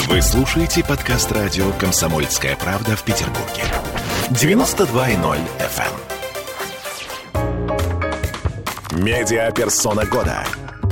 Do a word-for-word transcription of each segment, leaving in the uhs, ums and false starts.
Вы слушаете подкаст радио «Комсомольская правда» в Петербурге. девяносто два и ноль эф эм. Медиаперсона года.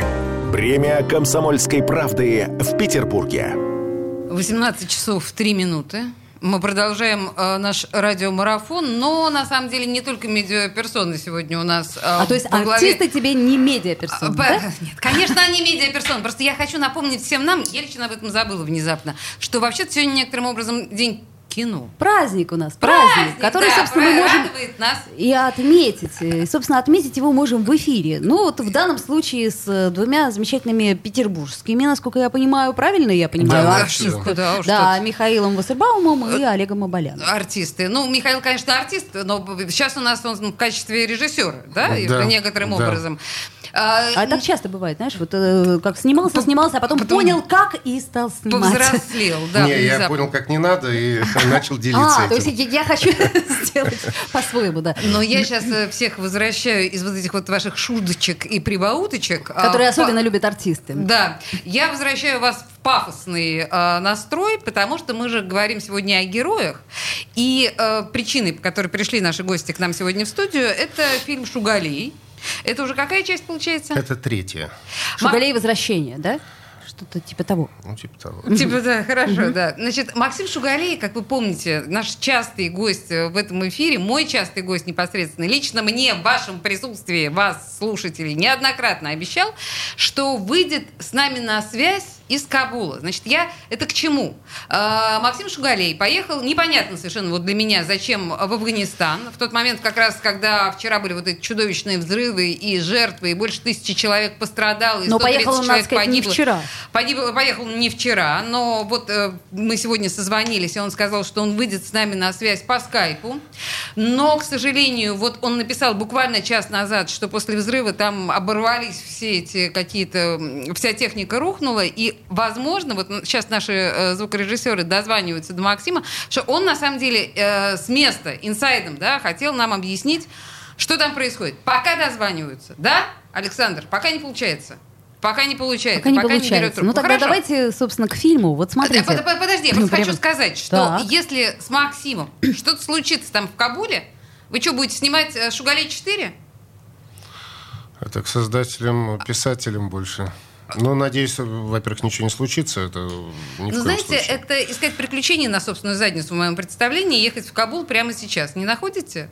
Премия «Комсомольской правды» в Петербурге. восемнадцать часов три минуты. Мы продолжаем э, наш радиомарафон, но на самом деле не только медиаперсоны сегодня у нас. Э, а то есть главе... артисты тебе не медиаперсоны, а, да? Нет, конечно, они медиаперсоны. Просто я хочу напомнить всем нам, я лично об этом забыла внезапно, что вообще-то сегодня некоторым образом день кино. Праздник у нас, праздник, праздник который, да, собственно, мы можем нас. и отметить. И, собственно, отметить его можем в эфире. Ну, вот в данном случае с двумя замечательными петербургскими, насколько я понимаю, правильно я понимаю, да, артисты. Да, да, Михаилом Вассербаумом и Олегом Абаляном. Артисты. Ну, Михаил, конечно, артист, но сейчас у нас он в качестве режиссера, да, да некоторым да. образом. А, а так часто бывает, знаешь, вот э, как снимался, снимался, а потом, потом понял, как, и стал снимать. Повзрослел, да. Не, внезапно. Я понял, как не надо, и начал делиться а, этим. То есть я, я хочу сделать по-своему, да. Но я сейчас всех возвращаю из вот этих вот ваших шуточек и прибауточек. Которые а, особенно по... любят артисты. Да. Я возвращаю вас в пафосный э, настрой, потому что мы же говорим сегодня о героях. И э, причиной, по которой пришли наши гости к нам сегодня в студию, это фильм «Шугалей». Это уже какая часть получается? Это третья. «Шугалей. Возвращение», да? Что-то типа того. Ну, типа того. Типа, да, хорошо, да. Значит, Максим Шугалей, как вы помните, наш частый гость в этом эфире, мой частый гость непосредственно, лично мне в вашем присутствии, вас, слушателей, неоднократно обещал, что выйдет с нами на связь из Кабула. Значит, я... Это к чему? А, Максим Шугалей поехал, непонятно совершенно вот для меня, зачем, в Афганистан. В тот момент, как раз, когда вчера были вот эти чудовищные взрывы и жертвы, и больше тысячи человек пострадало, и но сто тридцать поехал он, человек надо сказать, погибло. Не вчера. Погиб, поехал не вчера, но вот э, мы сегодня созвонились, и он сказал, что он выйдет с нами на связь по скайпу. Но, к сожалению, вот он написал буквально час назад, что после взрыва там оборвались все эти какие-то... Вся техника рухнула, и, возможно, вот сейчас наши э, звукорежиссеры дозваниваются до Максима, что он, на самом деле, э, с места, инсайдом, да, хотел нам объяснить, что там происходит. Пока дозваниваются. Да, Александр? Пока не получается. Пока не получается. Пока не пока получается. Не берет трубку. Ну тогда Хорошо. Давайте, собственно, к фильму. Вот смотрите. Подожди, я просто хочу сказать, что так. если с Максимом что-то случится там в Кабуле, вы что, будете снимать «Шугалей четыре»? Это к создателям, писателям больше. Ну, надеюсь, во-первых, ничего не случится. Это ни в Ну, коем знаете, случае. это искать приключений на собственную задницу в моем представлении, ехать в Кабул прямо сейчас. Не находите?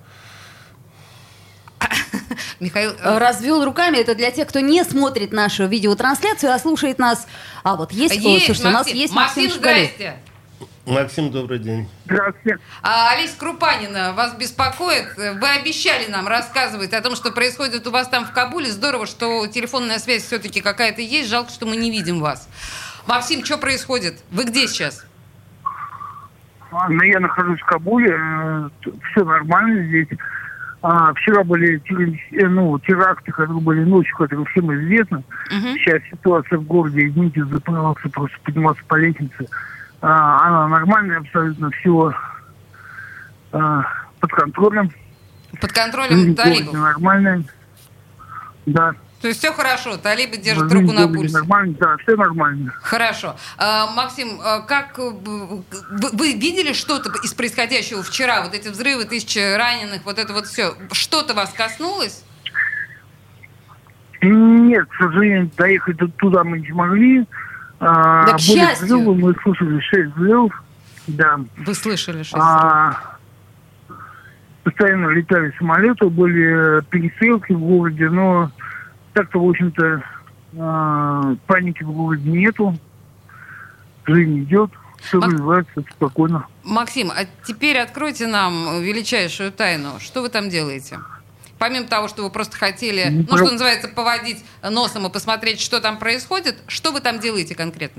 Михаил развел руками. Это для тех, кто не смотрит нашу видеотрансляцию, а слушает нас. А вот есть, есть слушайте, Максим. у нас есть Максим, Максим, Шугалей. здрасте. Максим, добрый день. Здравствуйте. А Олеся Крупанина вас беспокоит. Вы обещали нам рассказывать о том, что происходит у вас там в Кабуле. Здорово, что телефонная связь все-таки какая-то есть. Жалко, что мы не видим вас. Максим, что происходит? Вы где сейчас? Ну, я нахожусь в Кабуле. Все нормально здесь. А, вчера были ну, теракты, которые были ночью, которые всем известны. Uh-huh. Сейчас ситуация в городе, извините за пожалуйста, просто подниматься по лестнице. А, она нормальная, абсолютно все а, под контролем. Под контролем талибов? Нормальная, да. То есть все хорошо, талибы держат руку на пульсе. Нормально, да, все нормально. Хорошо. А, Максим, как вы, вы видели что-то из происходящего вчера? Вот эти взрывы, тысячи раненых, вот это вот все. Что-то вас коснулось? Нет, к сожалению, доехать туда мы не смогли. Да, к счастью. Взрывы, мы слышали шесть взрывов. Да. Вы слышали шесть а, постоянно летали самолеты, были перестрелки в городе, но так-то, в общем-то, э, паники в городе нету. Жизнь идет, все Мак... развивается спокойно. Максим, а теперь откройте нам величайшую тайну. Что вы там делаете? Помимо того, что вы просто хотели, Не ну, про... что называется, поводить носом и посмотреть, что там происходит, что вы там делаете конкретно?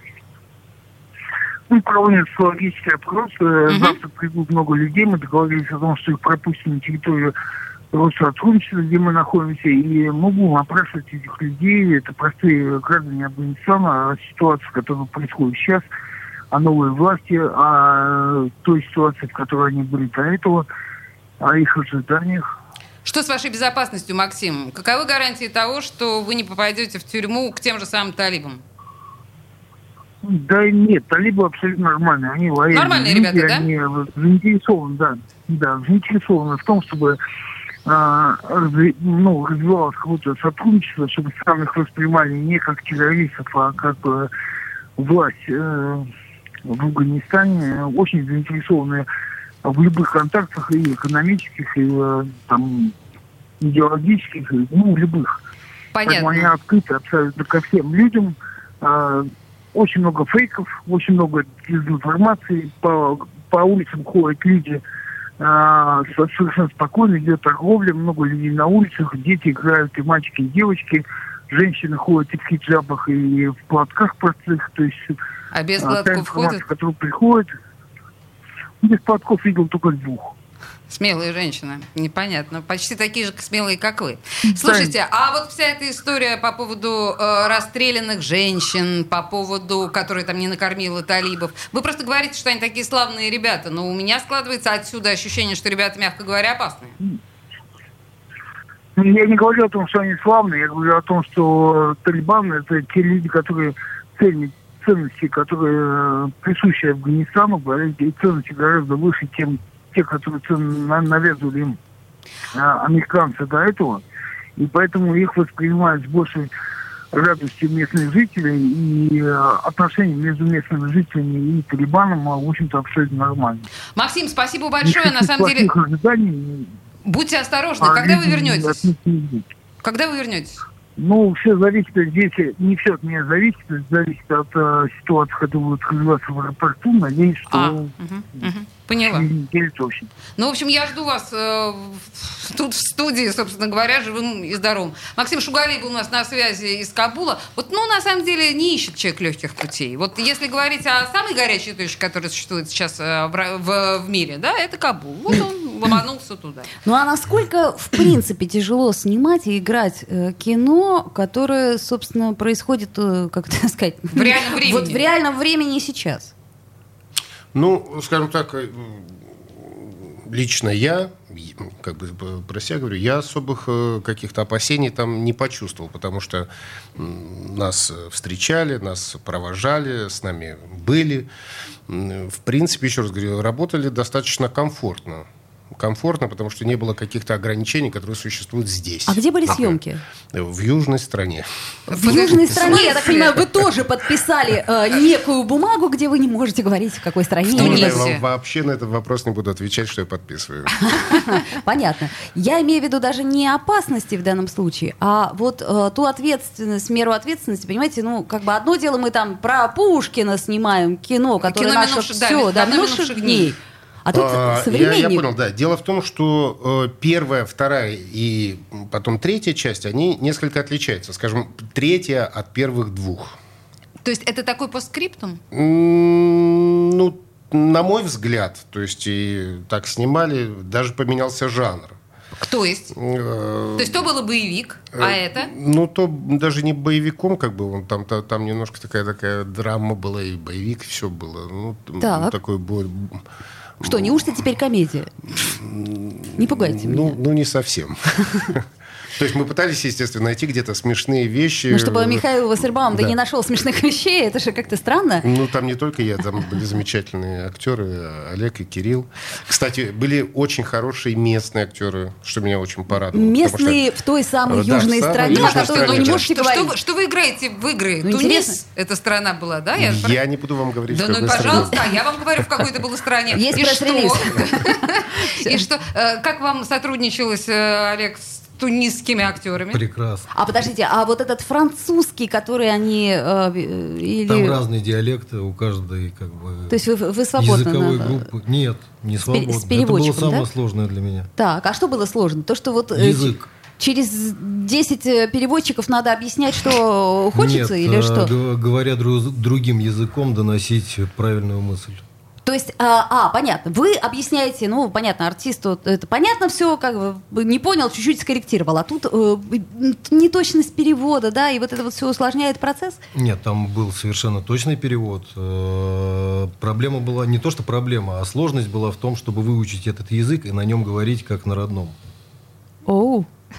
Мы проводим социологический опрос. Uh-huh. Завтра придут много людей. Мы договорились о том, что их пропустим на территорию Россотрудничества, где мы находимся, и мы будем опрашивать этих людей. Это простые граждане Афганистана, о ситуации, которая происходит сейчас, о новой власти, о той ситуации, в которой они были до этого, о их ожиданиях. Что с вашей безопасностью, Максим? Каковы гарантии того, что вы не попадете в тюрьму к тем же самым талибам? Да нет, талибы абсолютно нормальные. Они военные. Нормальные люди, ребята, да? Они заинтересованы, да. Да, заинтересованы в том, чтобы а, разви, ну, развивалось какое-то сотрудничество, чтобы страны их воспринимали не как террористов, а как э, власть э, в Афганистане. Очень заинтересованы в любых контактах, и экономических, и э, там, идеологических, и, ну, любых. Понятно. Поэтому они открыты абсолютно ко всем людям. Э, очень много фейков, очень много дезинформации. По, по улицам ходят люди э, совершенно спокойно, идет торговля, много людей на улицах, дети играют, и мальчики, и девочки. Женщины ходят и в хиджабах, и в платках простых. То есть, А без э, платков ходят? Которые приходят. Без платков видел только двух. Смелые женщины. Непонятно. Почти такие же смелые, как вы. Слушайте, а вот вся эта история по поводу э, расстрелянных женщин, по поводу, которые там не накормила талибов. Вы просто говорите, что они такие славные ребята, но у меня складывается отсюда ощущение, что ребята, мягко говоря, опасные. Я не говорю о том, что они славные, я говорю о том, что талибаны — это те люди, которые ценят ценности, которые присущи Афганистану, и ценности гораздо выше, чем те, которые навязывали им американцы до этого. И поэтому их воспринимают с большей радостью местных жителей, и отношения между местными жителями и талибаном, в общем-то, абсолютно нормальны. Максим, спасибо большое. На самом деле, ожиданий, будьте осторожны. Когда вы вернетесь? Когда вы вернетесь? Ну, все зависит, здесь не все от меня зависит, зависит от э, ситуации, которая будет развиваться в аэропорту. Надеюсь, что а, угу, угу. Поняла. неделю точно. Ну, в общем, я жду вас э, тут в студии, собственно говоря, живым и здоровым. Максим Шугалей был у нас на связи из Кабула. Вот, ну, на самом деле, не ищет человек легких путей. Вот если говорить о самой горячей точке, которая существует сейчас э, в, в, в мире, да, это Кабул. Вот он ломанулся туда. Ну, а насколько, в принципе, тяжело снимать и играть э, кино, которое, собственно, происходит, э, как это сказать... В реальном времени. Вот в реальном времени сейчас. Ну, скажем так, лично я, как бы про себя говорю, я особых каких-то опасений там не почувствовал, потому что нас встречали, нас провожали, с нами были. В принципе, еще раз говорю, работали достаточно комфортно. Комфортно, потому что не было каких-то ограничений, которые существуют здесь. А где были съемки? В южной стране. В южной стране, я так понимаю, вы тоже подписали э, некую бумагу, где вы не можете говорить, в какой стране. В Я вам вообще на этот вопрос не буду отвечать, что я подписываю. Понятно. Я имею в виду даже не опасности в данном случае, а вот э, ту ответственность, меру ответственности, понимаете, ну, как бы одно дело мы там про Пушкина снимаем кино, которое кино наше минувших, все, да, да, минувших дней. дней. А тут а, современник. Я, я понял, да. Дело в том, что э, первая, вторая и потом третья часть, они несколько отличаются. Скажем, третья от первых двух. То есть это такой постскриптум? М-м, ну, на мой взгляд, то есть и так снимали, даже поменялся жанр. То есть? То есть то было боевик, а это? Ну, то даже не боевиком, как бы, он там, там, там немножко такая, такая драма была, и боевик, все было. Ну, так. Такой бой. Что, неужто теперь комедия? Не пугайте ну, меня. Ну, не совсем. То есть мы пытались, естественно, найти где-то смешные вещи. Ну, чтобы Михаил Вассербаум да. да не нашел смешных вещей, это же как-то странно. Ну, там не только я, там были замечательные актеры, Олег и Кирилл. Кстати, были очень хорошие местные актеры, что меня очень порадовало. Местные что... в той самой да, южной стране, южной о которой стране, вы не да. можете что, говорить. Что, что вы играете в игры? Ну, Тунис интересно. эта страна была, да? Я, я не буду вам говорить, да, в какой ну, стране. пожалуйста, я вам говорю, в какой это была стране. Есть и пресс-релиз. Что? И что? Как вам сотрудничалось, Олег, с тунисскими актерами? Прекрасно. А подождите, а вот этот французский, который они... Э, или... Там разные диалекты, у каждой как бы... То есть вы, вы свободно... Языковой на... группы. Нет, не свободно. С переводчиком, это было самое да? сложное для меня. Так, а что было сложно? То, что вот... Язык. Через десять переводчиков надо объяснять, что хочется, Нет, или что? Г- говоря дру- другим языком, доносить правильную мысль. То есть, а, а, понятно, вы объясняете, ну, понятно, артисту это понятно все, как бы не понял, чуть-чуть скорректировал, а тут э, неточность перевода, да, и вот это вот все усложняет процесс? Нет, там был совершенно точный перевод. Э, проблема была, не то что проблема, а сложность была в том, чтобы выучить этот язык и на нем говорить как на родном. Оу.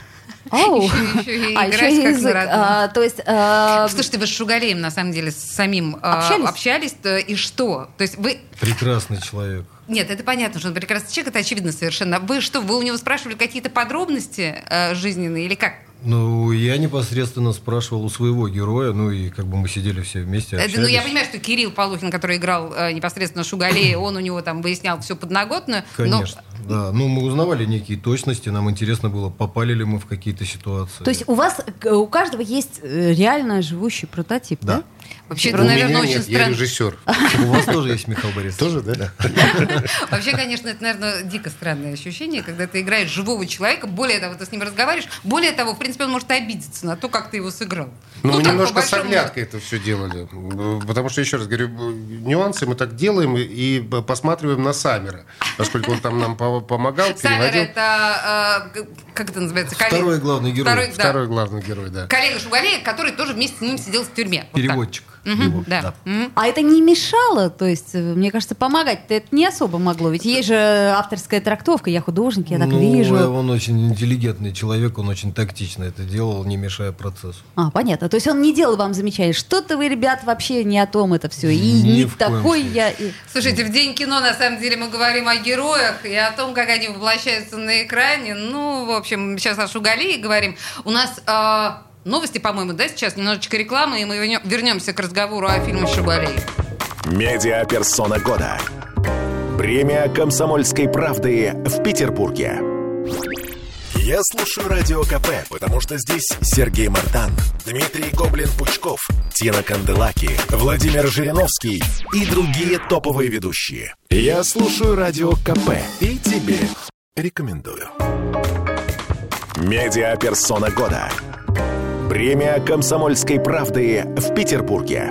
Оу. Еще, еще и А, играть еще и как язык. на родном. А, то есть... а, Слушайте, вы с Шугалеем, на самом деле, с самим а, Общались? общались-то, и что? То есть вы... Прекрасный человек. Нет, это понятно, что он прекрасный человек, это очевидно совершенно. Вы что, вы у него спрашивали какие-то подробности э, жизненные или как? Ну, я непосредственно спрашивал у своего героя, ну и как бы мы сидели все вместе, Это, общались. ну, я понимаю, что Кирилл Полухин, который играл э, непосредственно Шугалея, он у него там выяснял всю подноготную. Конечно, да. Ну, мы узнавали некие точности, нам интересно было, попали ли мы в какие-то ситуации. То есть у вас, э, у каждого есть э, реально живущий прототип, да? Да. Вообще, У это, наверное, меня очень нет, я странно. режиссер. У вас тоже есть Михаил Борисович? Тоже, да? Вообще, конечно, это, наверное, дико странное ощущение, когда ты играешь живого человека, более того, ты с ним разговариваешь, более того, в принципе, он может обидеться на то, как ты его сыграл. Ну, мы так, немножко по с большому- оглядкой это все делали. Потому что, еще раз говорю, нюансы мы так делаем и посматриваем на Саммера. Поскольку он там нам по- помогал, Саммер переводил. это, э, как это называется? Коллега. Второй главный герой. Второй, да. Второй главный герой, да. Коллега Шугалея, который тоже вместе с ним сидел в тюрьме. Вот так. Переводчик. Мгм, его, да. да. Мгм. А это не мешало, то есть, э, мне кажется, помогать-то это не особо могло. Ведь есть же авторская трактовка, я художник, я так Ну, вижу. он очень интеллигентный человек, он очень тактично это делал, не мешая процессу. А, понятно. То есть он не делал вам замечаний. Что-то вы, ребят, вообще не о том это все. И Ни не в коем такой случае. я. и- Слушайте, в День кино, на самом деле, мы говорим о героях и о том, как они воплощаются на экране. Ну, в общем, сейчас о Шугалее говорим. У нас э, новости, по-моему, да, сейчас немножечко рекламы, и мы вернем- вернемся к разговору о фильме «Шугалей». Медиаперсона года. Премия «Комсомольской правды» в Петербурге. Я слушаю Радио КП, потому что здесь Сергей Мартан, Дмитрий Гоблин-Пучков, Тина Канделаки, Владимир Жириновский и другие топовые ведущие. Я слушаю Радио КП и тебе рекомендую. Медиаперсона года. Премия «Комсомольской правды» в Петербурге.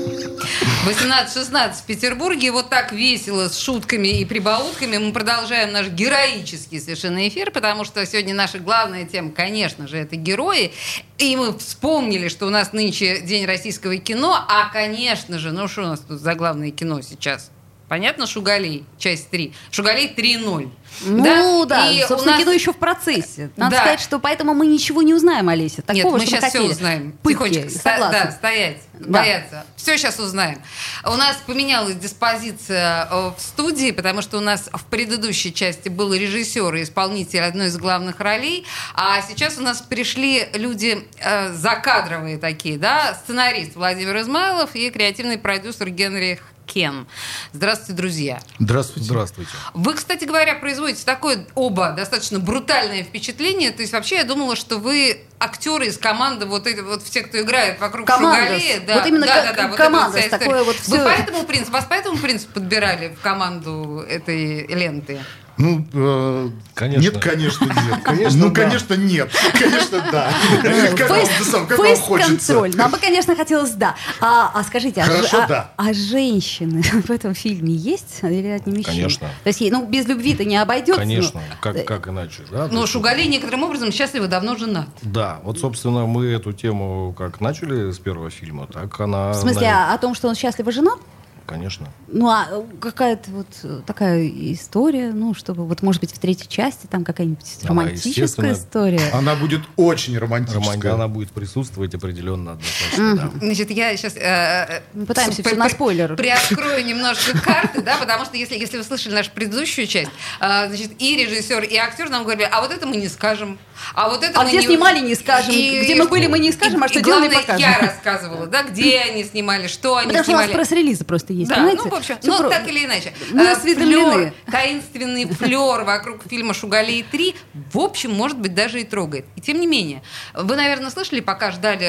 восемнадцать шестнадцать в Петербурге. Вот так весело, с шутками и прибаутками мы продолжаем наш героический совершенно эфир, потому что сегодня наша главная тема, конечно же, это герои. И мы вспомнили, что у нас нынче День российского кино, а, конечно же, ну что у нас тут за главное кино сейчас? Понятно, Шугалей, часть три. Шугалей три ноль. Ну да, И собственно, у нас- кино еще в процессе. Надо Да. сказать, что поэтому мы ничего не узнаем, Олеся. Такого, Нет, мы что сейчас все хотели. узнаем. Пытки, Тихонечко. Ста- согласна. да, стоять, Да. бояться. Все сейчас узнаем. У нас поменялась диспозиция э, в студии, потому что у нас в предыдущей части был режиссер и исполнитель одной из главных ролей, а сейчас у нас пришли люди э, закадровые такие, да, сценарист Владимир Измайлов и креативный продюсер Генрих Кен. Здравствуйте, друзья. Здравствуйте. Здравствуйте. Вы, кстати говоря, производите такое оба достаточно брутальное впечатление. То есть вообще я думала, что вы актеры из команды, вот эти вот все, кто играет вокруг Командос. Шугалея. Да, Вот именно да, как да, да, вот командос, эта вот вся история. такое вот Вы всё. по этому принципу, вас по этому принципу подбирали в команду этой ленты? Ну, э, Конечно. Нет, конечно, нет. Конечно, ну, да. конечно, нет. Конечно, да. Как вам, Фейс- сам, как вам хочется? фейс-контроль. Нам бы, конечно, хотелось да. А, а скажите, а, Хорошо, а- да. а женщины в этом фильме есть или одни мужчины? Конечно. То есть, ну, без любви-то не обойдется. Конечно, ну. как, как иначе, да? То Но есть, Шугалей некоторым образом счастливо давно женат. Да, вот, собственно, мы эту тему как начали с первого фильма, так она... В смысле, на- а о том, что он счастливо женат? Конечно. Ну, а какая-то вот э, такая история, ну, чтобы, вот, может быть, в третьей части там какая-нибудь Она, романтическая естественно, история. Она будет очень романтическая. Романтика, она будет присутствовать определенно однозначно, да. Значит, я сейчас... э, Мы пытаемся при- всё на при- спойлер. Приоткрою немножко карты, да, потому что если, если вы слышали нашу предыдущую часть, э, значит, и режиссер, и актер нам говорили, а вот это мы не скажем, а вот это А мы где не... снимали, не скажем. И- Где мы были, мы не скажем, а и что делали, главное, покажем. я рассказывала, да, где они снимали, что они Потому что у нас снимали. пресс-релизы просто есть, Да, понимаете? ну, в общем, Всё ну, про- так или иначе. Мы Э, осведомлены. флёр, таинственный флер вокруг фильма «Шугалей три», в общем, может быть, даже и трогает. И тем не менее, вы, наверное, слышали, пока ждали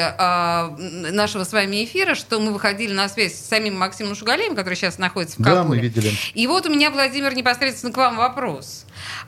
э, нашего с вами эфира, что мы выходили на связь с самим Максимом Шугалеем, который сейчас находится в Да, Кабуле. мы видели. И вот у меня, Владимир, непосредственно к вам вопрос.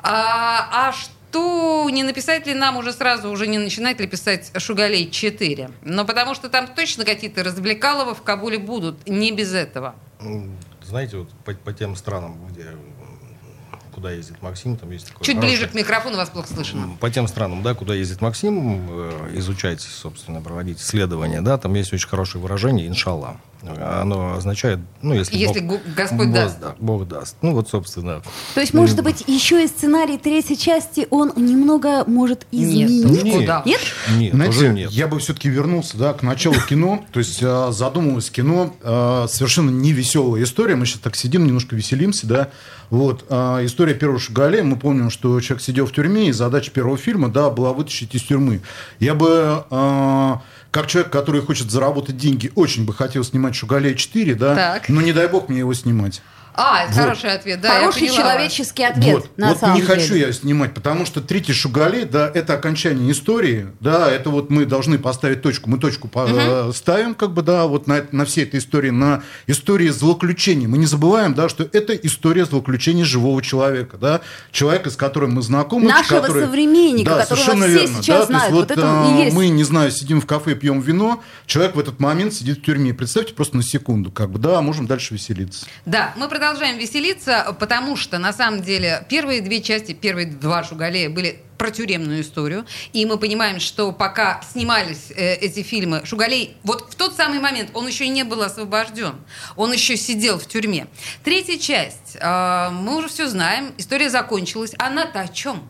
А, а что, не написать ли нам уже сразу, уже не начинать ли писать «Шугалей четыре»? Но потому что там точно какие-то развлекаловы в Кабуле будут, не без этого. Ну, знаете, вот по, по тем странам, где «Куда ездит Максим», там есть такое Чуть хорошее. ближе к микрофону, вас плохо слышно. По тем странам, да, куда ездит Максим, э, изучать, собственно, проводить исследования, да, там есть очень хорошее выражение «иншаллах». Оно означает, ну, если, Если Бог, Господь Бог, даст. Да, Бог даст. Ну, вот, собственно. То есть, может быть, еще и сценарий третьей части, он немного может изменить? Нет, куда? Нет? Нет, Знаете, уже нет. я бы все-таки вернулся, да, к началу кино. То есть э, задумывалось кино, э, совершенно невеселая история. Мы сейчас так сидим, немножко веселимся, да. Вот, э, история первого «Шугалея». Мы помним, что человек сидел в тюрьме, и задача первого фильма, да, была вытащить из тюрьмы. Я бы... Э, как человек, который хочет заработать деньги, очень бы хотел снимать «Шугалея четыре», да, Так. но не дай бог мне его снимать. А, это Вот. хороший ответ, да, Хороший я поняла. человеческий ответ, Вот, на вот самом не деле. хочу я снимать, потому что третий «Шугалей», да, это окончание истории, да, это вот мы должны поставить точку, мы точку по- ставим, как бы, да, вот на, на всей этой истории, на истории злоключений. Мы не забываем, да, что это история злоключений живого человека, да, человека, с которым мы знакомы. Нашего который- современника, да, которого совершенно все верно, сейчас да, то есть знают. вот, Вот это а, и есть. мы, не знаю, сидим в кафе, пьем вино, человек в этот момент сидит в тюрьме. Представьте просто на секунду, как бы, да, можем дальше веселиться. Да, мы продолжаем веселиться, потому что, на самом деле, первые две части, первые два «Шугалея» были про тюремную историю, и мы понимаем, что пока снимались э, эти фильмы, Шугалей, вот в тот самый момент он еще не был освобожден, он еще сидел в тюрьме. Третья часть, э, мы уже все знаем, история закончилась, она-то о чем?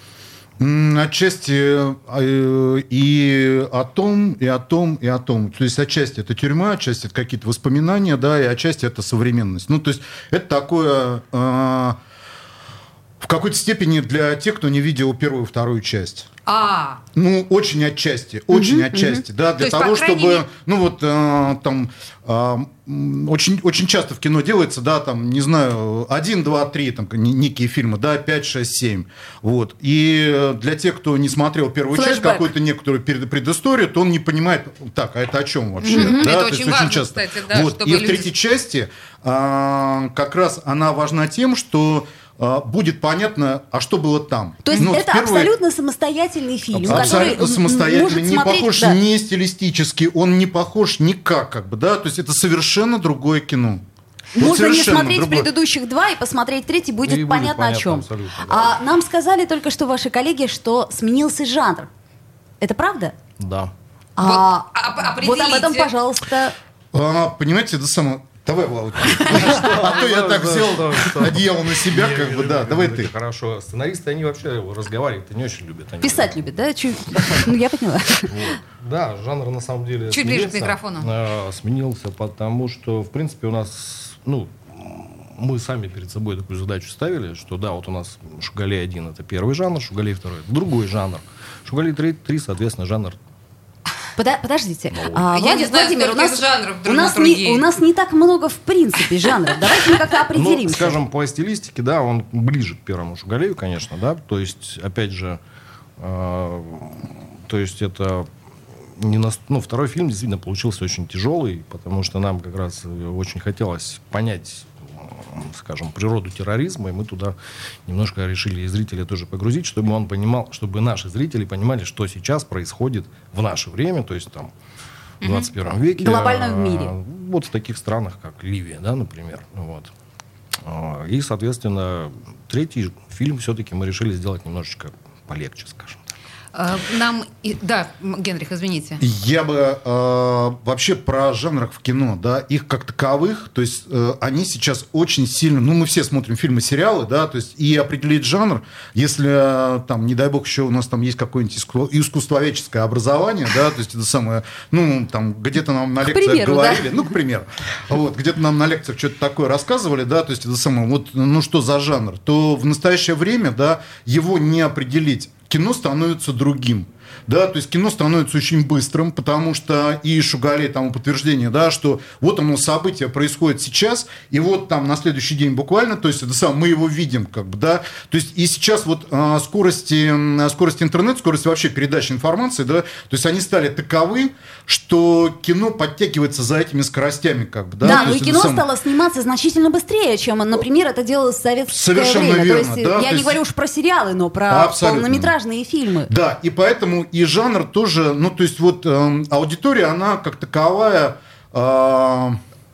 М, Отчасти э, и о том, и о том, и о том. То есть отчасти это тюрьма, отчасти это какие-то воспоминания, да, и отчасти это современность. Ну, то есть это такое... э, в какой-то степени для тех, кто не видел первую и вторую часть. А, Ну, очень отчасти, очень Мгм, отчасти, да, То для есть, того, по крайней чтобы, мере- ну вот, э, там, э, м, очень, очень часто в кино делается, да, там, не знаю, один, два, три, там, не- некие фильмы, да, пять, шесть, семь, вот, и э, для тех, кто не смотрел первую часть, Флэшбэк. какую-то некоторую перед- предысторию, то он не понимает, так, а это о чем вообще, Мгм. да, Это то очень есть важно, очень часто. кстати, да, Вот, чтобы и в люди- третьей части э, как раз она важна тем, что э, будет понятно, а что было там. То есть Ну, это в первой- абсолютно самостоятельный фильм, который Абсолютно м, самостоятельно, может не смотреть, похож да. ни стилистически, он не похож никак, как бы, да, то есть это совершенно другое кино. Вот Можно не совершенно смотреть другое. предыдущих два и посмотреть третий, будет, И будет понятно, о понятно чем. абсолютно, да. А нам сказали только что ваши коллеги, что сменился жанр. Это правда? Да. А, Вот, а- вот об этом, определите. пожалуйста. А, понимаете, это самое... Давай, Володь. А то я так взял одеяло на себя, как бы, да, давай ты. Хорошо. Сценаристы, они вообще разговаривать-то не очень любят. Они Писать любит, да? Чуть- Ну, я поняла. Вот. Да, жанр на самом деле Чуть ближе к сменился. микрофону. А, Сменился, потому что, в принципе, у нас, ну, мы сами перед собой такую задачу ставили, что да, вот у нас «Шугалей один» — это первый жанр, «Шугалей второй» — это другой жанр. «Шугалей три», соответственно, жанр. Пода- Подождите. А, Я не Влад- знаю, Владимир, у сколько нас, жанров у, нас драматургии. не, у нас не так много, в принципе, жанров. Давайте мы как-то Ну, определимся. скажем, по стилистике, да, он ближе к первому «Шугалею», конечно, да, то есть, опять же, э, то есть это не нас- ну, второй фильм действительно получился очень тяжелый, потому что нам как раз очень хотелось понять, э, скажем, природу терроризма, и мы туда немножко решили и зрителя тоже погрузить, чтобы он понимал, чтобы наши зрители понимали, что сейчас происходит в наше время, то есть там в двадцать первом веке. Глобально в а, мире. Вот в таких странах, как Ливия, да, например. Вот. А, И, соответственно, третий фильм все-таки мы решили сделать немножечко полегче, скажем так. Э, Нам... и- Да, М, Генрих, извините. Я бы э, вообще про жанрах в кино, да, их как таковых, то есть э, они сейчас очень сильно, ну мы все смотрим фильмы, сериалы, да, то есть и определить жанр, если э, там, не дай бог, еще у нас там есть какое-нибудь иску- искусствоведческое образование, да, то есть это самое, ну там где-то нам на К лекциях примеру, говорили, да. ну к примеру, вот где-то нам на лекциях что-то такое рассказывали, да, то есть это самое, вот, ну что за жанр, то в настоящее время, да, его не определить. Кино становится другим. Да, то есть кино становится очень быстрым, потому что и Шугалей тому подтверждение, да, что вот оно событие происходит сейчас, и вот там на следующий день буквально, то есть это сам, мы его видим, как бы, да, то есть и сейчас вот а, скорости, а, скорость интернета, скорость вообще передачи информации, да, то есть они стали таковы, что кино подтягивается за этими скоростями, как бы, да. Да, то но и есть кино это сам- стало сниматься значительно быстрее, чем, например, это делалось в советское Совершенно время. верно, то есть да, я то не есть- говорю уж про сериалы, но про Абсолютно. полнометражные фильмы. Да, и поэтому и жанр тоже, ну, то есть вот эм, аудитория, она как таковая, э,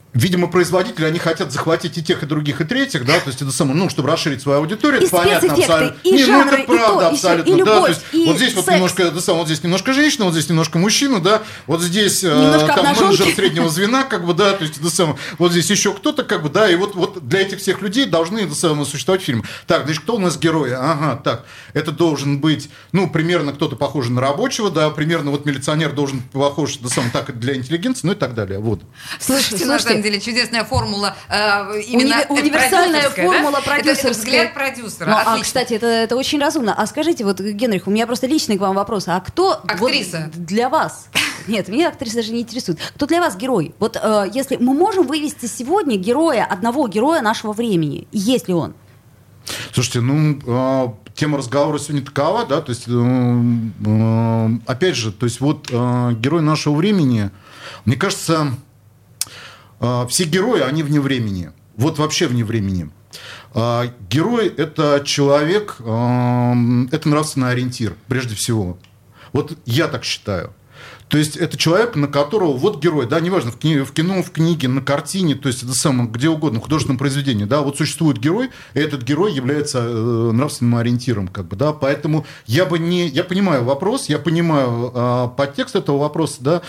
Видимо, производители, они хотят захватить и тех, и других, и третьих, да, то есть это самое, ну, чтобы расширить свою аудиторию, и это понятно абсолютно. И Не, жанры, ну, это правда и то, абсолютно, и любовь, да, то есть и вот здесь секс. вот немножко, это самое, вот здесь немножко женщина, вот здесь немножко мужчина, да, вот здесь немножко э, там обнаженки. менеджер среднего звена, как бы, да, то есть это самое, вот здесь еще кто-то, как бы, да, и вот, вот для этих всех людей должны, это самое, существовать фильмы. Так, значит, кто у нас герои? Ага, так, это должен быть, ну, примерно кто-то похожий на рабочего, да, примерно вот милиционер должен похож, да, сам, так, для интеллигенции, ну и так далее, вот. Слушайте, на самом деле чудесная формула. Э, именно Уни- универсальная продюсерская, формула да? продюсерская. Это, это взгляд продюсера. Ну, а, Отлично. кстати, это, это очень разумно. А скажите, вот, Генрих, у меня просто личный к вам вопрос. А кто Актриса. Вот, для вас? Нет, меня актриса даже не интересует. Кто для вас герой? Вот э, если мы можем вывести сегодня героя, одного героя нашего времени, есть ли он? Слушайте, ну, э, тема разговора сегодня такова, да, то есть, э, э, опять же, то есть вот э, герой нашего времени, мне кажется, э, все герои, они вне времени, вот вообще вне времени. Э, герой – это человек, э, это нравственный ориентир, прежде всего. Вот я так считаю. То есть это человек, на которого вот герой, да, неважно, в кино, в, кино, в книге, на картине, то есть это самое, где угодно, в художественном произведении, да, вот существует герой, и этот герой является э, нравственным ориентиром, как бы, да, поэтому я бы не, я понимаю вопрос, я понимаю э, подтекст этого вопроса, да,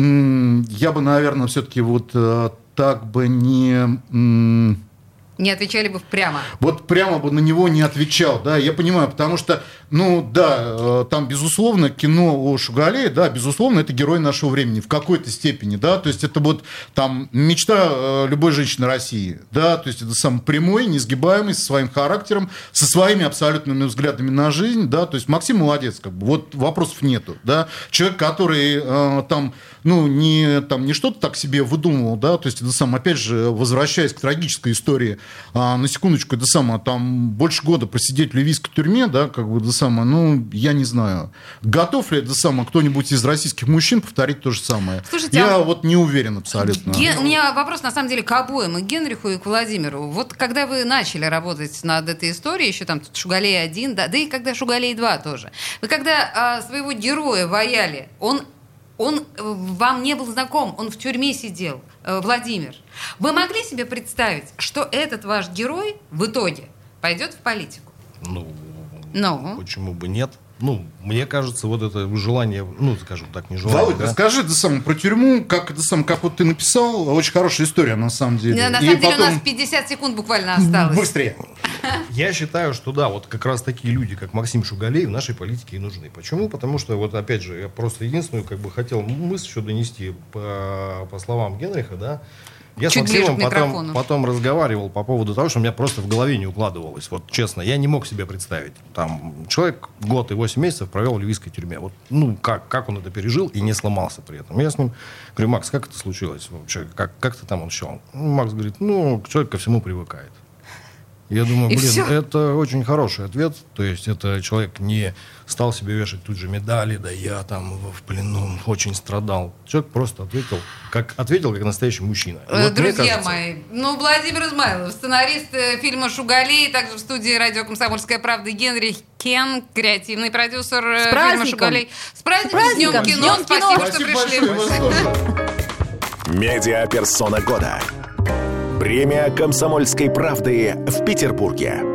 м- я бы, наверное, все-таки вот э, так бы не... М- Не отвечали бы прямо. Вот прямо бы на него не отвечал, да, я понимаю, потому что, ну, да, э, там, безусловно, кино о Шугалее, да, безусловно, это герой нашего времени в какой-то степени, да, то есть это вот там мечта э, любой женщины России, да, то есть это сам прямой, несгибаемый, со своим характером, со своими абсолютными взглядами на жизнь, да, то есть Максим молодец, как бы, вот вопросов нету, да, человек, который э, там, ну, не, там, не что-то так себе выдумывал, да, то есть это сам, опять же, возвращаясь к трагической истории, а, на секундочку, это самое, там больше года просидеть в ливийской тюрьме, да, как бы, это самое, ну, я не знаю, готов ли это самое кто-нибудь из российских мужчин повторить то же самое? Слушайте, я а... вот не уверен абсолютно. Ген... У меня вопрос, на самом деле, к обоим, и к Генриху, и к Владимиру. Вот когда вы начали работать над этой историей, еще там Шугалей один, да, да и когда Шугалей два тоже, вы когда а, своего героя ваяли, он Он вам не был знаком, он в тюрьме сидел, Владимир. Вы могли себе представить, что этот ваш герой в итоге пойдет в политику? Ну, ну? Почему бы нет? Ну, мне кажется, вот это желание, ну, скажем так, не желание. Володь, да? расскажи ты сам про тюрьму, как, это сам, как вот ты написал, очень хорошая история на самом деле. На, на И самом деле потом... у нас пятьдесят секунд буквально осталось. Быстрее. Я считаю, что да, вот как раз такие люди, как Максим Шугалей, в нашей политике и нужны. Почему? Потому что, вот опять же, я просто единственную, как бы, хотел мысль еще донести по, по словам Генриха, да. Я Чуть с Максимом потом, потом разговаривал по поводу того, что у меня просто в голове не укладывалось. Вот честно, я не мог себе представить. Там человек год и восемь месяцев провел в ливийской тюрьме. Вот, ну, как, как он это пережил и не сломался при этом. Я с ним говорю: Макс, как это случилось вообще? Как, как ты там он счел? Макс говорит: ну, человек ко всему привыкает. Я думаю, И блин, всё. это очень хороший ответ. То есть это человек не стал себе вешать тут же медали, да я там в плену очень страдал. Человек просто ответил, как ответил, как настоящий мужчина. И Э, вот мне Друзья кажется, мои, ну, Владимир Измайлов, сценарист э, фильма «Шугалей», также в студии радио «Комсомольская правда» Генрих Кен, креативный продюсер э, С фильма праздником! «Шугалей». С праздником, С с Днем праздником! кино, С Днем спасибо, кино! что Спасибо пришли. большое, вас тоже. Медиаперсона года. Премия «Комсомольской правды» в Петербурге.